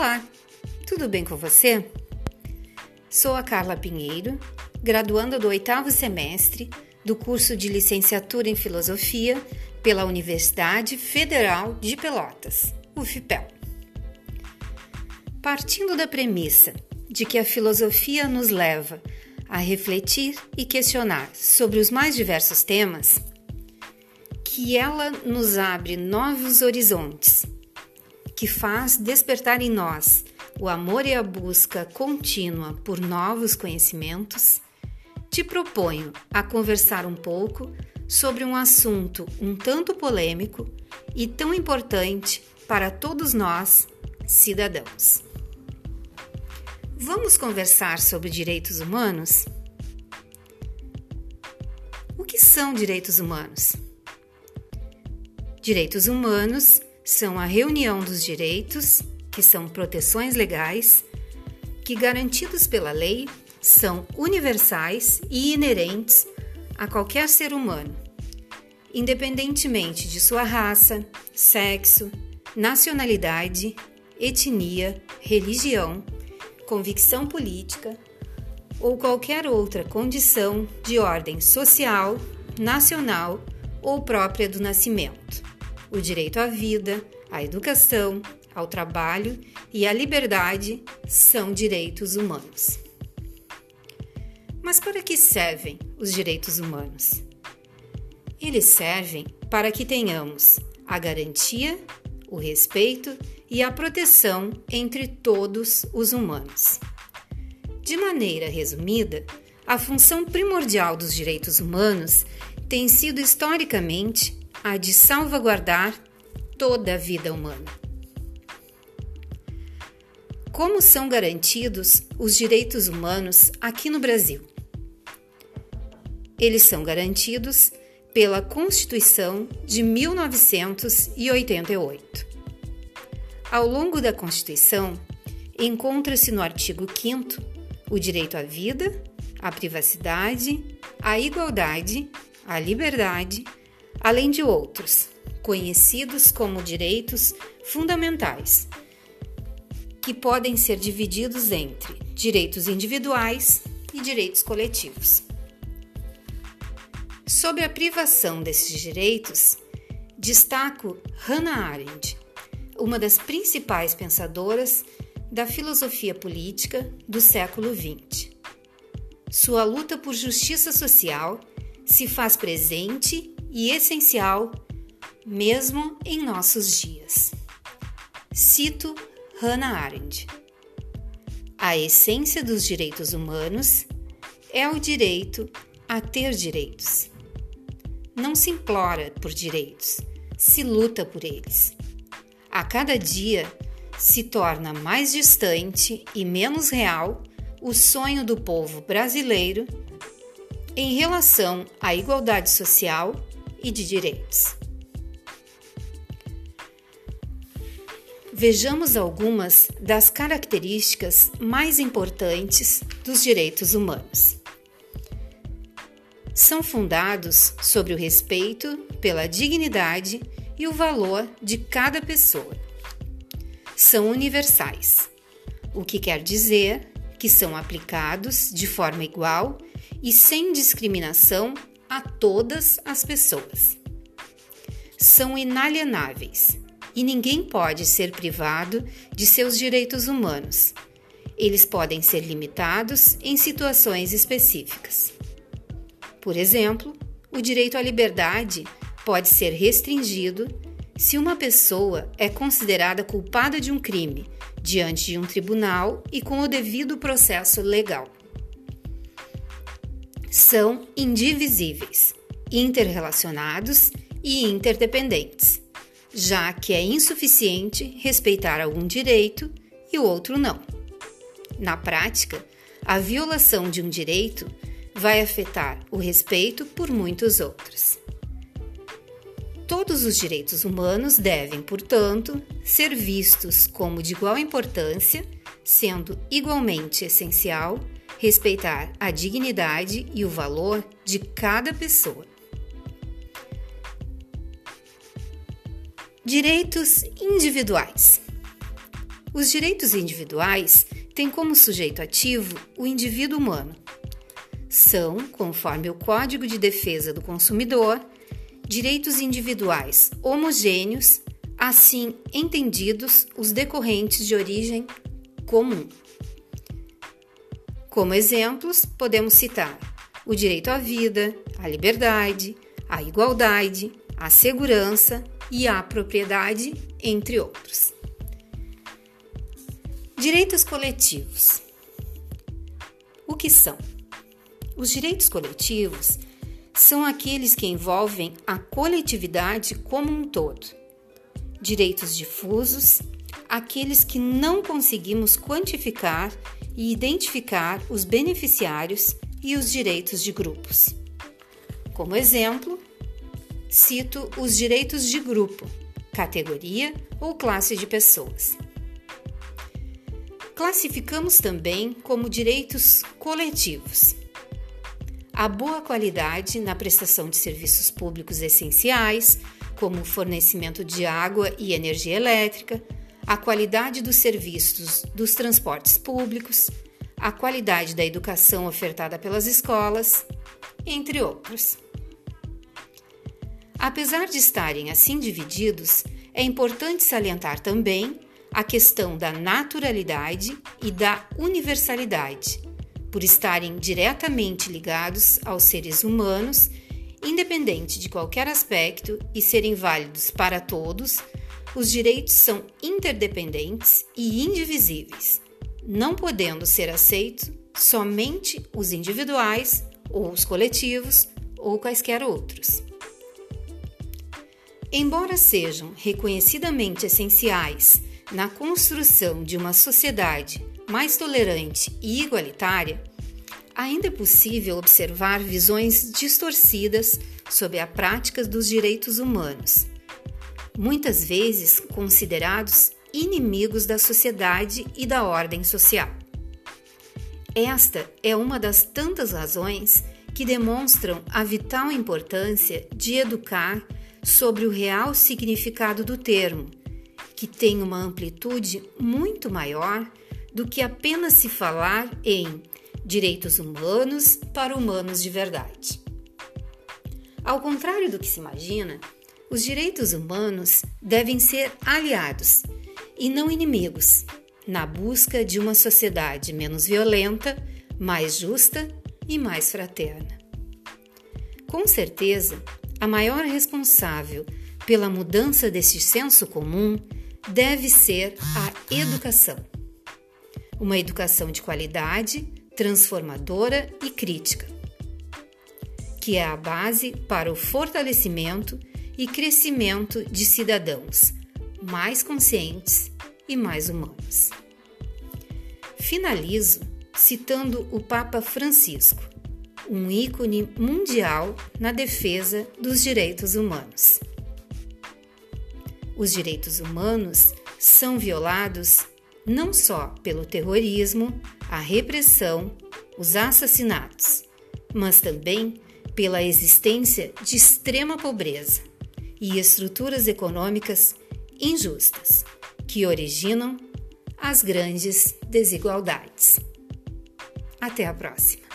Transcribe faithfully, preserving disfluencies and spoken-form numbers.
Olá, tudo bem com você? Sou a Carla Pinheiro, graduanda do oitavo semestre do curso de Licenciatura em Filosofia pela Universidade Federal de Pelotas, U F P E L. Partindo da premissa de que a filosofia nos leva a refletir e questionar sobre os mais diversos temas, que ela nos abre novos horizontes, que faz despertar em nós o amor e a busca contínua por novos conhecimentos, te proponho a conversar um pouco sobre um assunto um tanto polêmico e tão importante para todos nós, cidadãos. Vamos conversar sobre direitos humanos? O que são direitos humanos? Direitos humanos são a reunião dos direitos, que são proteções legais, que, garantidos pela lei, são universais e inerentes a qualquer ser humano, independentemente de sua raça, sexo, nacionalidade, etnia, religião, convicção política ou qualquer outra condição de ordem social, nacional ou própria do nascimento. O direito à vida, à educação, ao trabalho e à liberdade são direitos humanos. Mas para que servem os direitos humanos? Eles servem para que tenhamos a garantia, o respeito e a proteção entre todos os humanos. De maneira resumida, a função primordial dos direitos humanos tem sido historicamente a de salvaguardar toda a vida humana. Como são garantidos os direitos humanos aqui no Brasil? Eles são garantidos pela Constituição de mil novecentos e oitenta e oito. Ao longo da Constituição, encontra-se no artigo quinto o direito à vida, à privacidade, à igualdade, à liberdade, além de outros, conhecidos como direitos fundamentais, que podem ser divididos entre direitos individuais e direitos coletivos. Sobre a privação desses direitos, destaco Hannah Arendt, uma das principais pensadoras da filosofia política do século vinte. Sua luta por justiça social se faz presente e essencial mesmo em nossos dias. Cito Hannah Arendt: a essência dos direitos humanos é o direito a ter direitos. Não se implora por direitos, se luta por eles. A cada dia se torna mais distante e menos real o sonho do povo brasileiro em relação à igualdade social e de direitos. Vejamos algumas das características mais importantes dos direitos humanos. São fundados sobre o respeito pela dignidade e o valor de cada pessoa. São universais, o que quer dizer que são aplicados de forma igual e sem discriminação a todas as pessoas. São inalienáveis e ninguém pode ser privado de seus direitos humanos. Eles podem ser limitados em situações específicas. Por exemplo, o direito à liberdade pode ser restringido se uma pessoa é considerada culpada de um crime diante de um tribunal e com o devido processo legal. São indivisíveis, interrelacionados e interdependentes, já que é insuficiente respeitar algum direito e o outro não. Na prática, a violação de um direito vai afetar o respeito por muitos outros. Todos os direitos humanos devem, portanto, ser vistos como de igual importância, sendo igualmente essencial respeitar a dignidade e o valor de cada pessoa. Direitos individuais. Os direitos individuais têm como sujeito ativo o indivíduo humano. São, conforme o Código de Defesa do Consumidor, direitos individuais homogêneos, assim entendidos os decorrentes de origem comum. Como exemplos, podemos citar o direito à vida, à liberdade, à igualdade, à segurança e à propriedade, entre outros. Direitos coletivos. O que são? Os direitos coletivos são aqueles que envolvem a coletividade como um todo. Direitos difusos, aqueles que não conseguimos quantificar e identificar os beneficiários e os direitos de grupos. Como exemplo, cito os direitos de grupo, categoria ou classe de pessoas. Classificamos também como direitos coletivos a boa qualidade na prestação de serviços públicos essenciais, como o fornecimento de água e energia elétrica, a qualidade dos serviços dos transportes públicos, a qualidade da educação ofertada pelas escolas, entre outros. Apesar de estarem assim divididos, é importante salientar também a questão da naturalidade e da universalidade, por estarem diretamente ligados aos seres humanos, independente de qualquer aspecto e serem válidos para todos. Os direitos são interdependentes e indivisíveis, não podendo ser aceitos somente os individuais ou os coletivos ou quaisquer outros. Embora sejam reconhecidamente essenciais na construção de uma sociedade mais tolerante e igualitária, ainda é possível observar visões distorcidas sobre a prática dos direitos humanos, muitas vezes considerados inimigos da sociedade e da ordem social. Esta é uma das tantas razões que demonstram a vital importância de educar sobre o real significado do termo, que tem uma amplitude muito maior do que apenas se falar em direitos humanos para humanos de verdade. Ao contrário do que se imagina, os direitos humanos devem ser aliados e não inimigos, na busca de uma sociedade menos violenta, mais justa e mais fraterna. Com certeza, a maior responsável pela mudança desse senso comum deve ser a educação. Uma educação de qualidade, transformadora e crítica, que é a base para o fortalecimento e crescimento de cidadãos mais conscientes e mais humanos. Finalizo citando o Papa Francisco, um ícone mundial na defesa dos direitos humanos. Os direitos humanos são violados não só pelo terrorismo, a repressão, os assassinatos, mas também pela existência de extrema pobreza e estruturas econômicas injustas, que originam as grandes desigualdades. Até a próxima!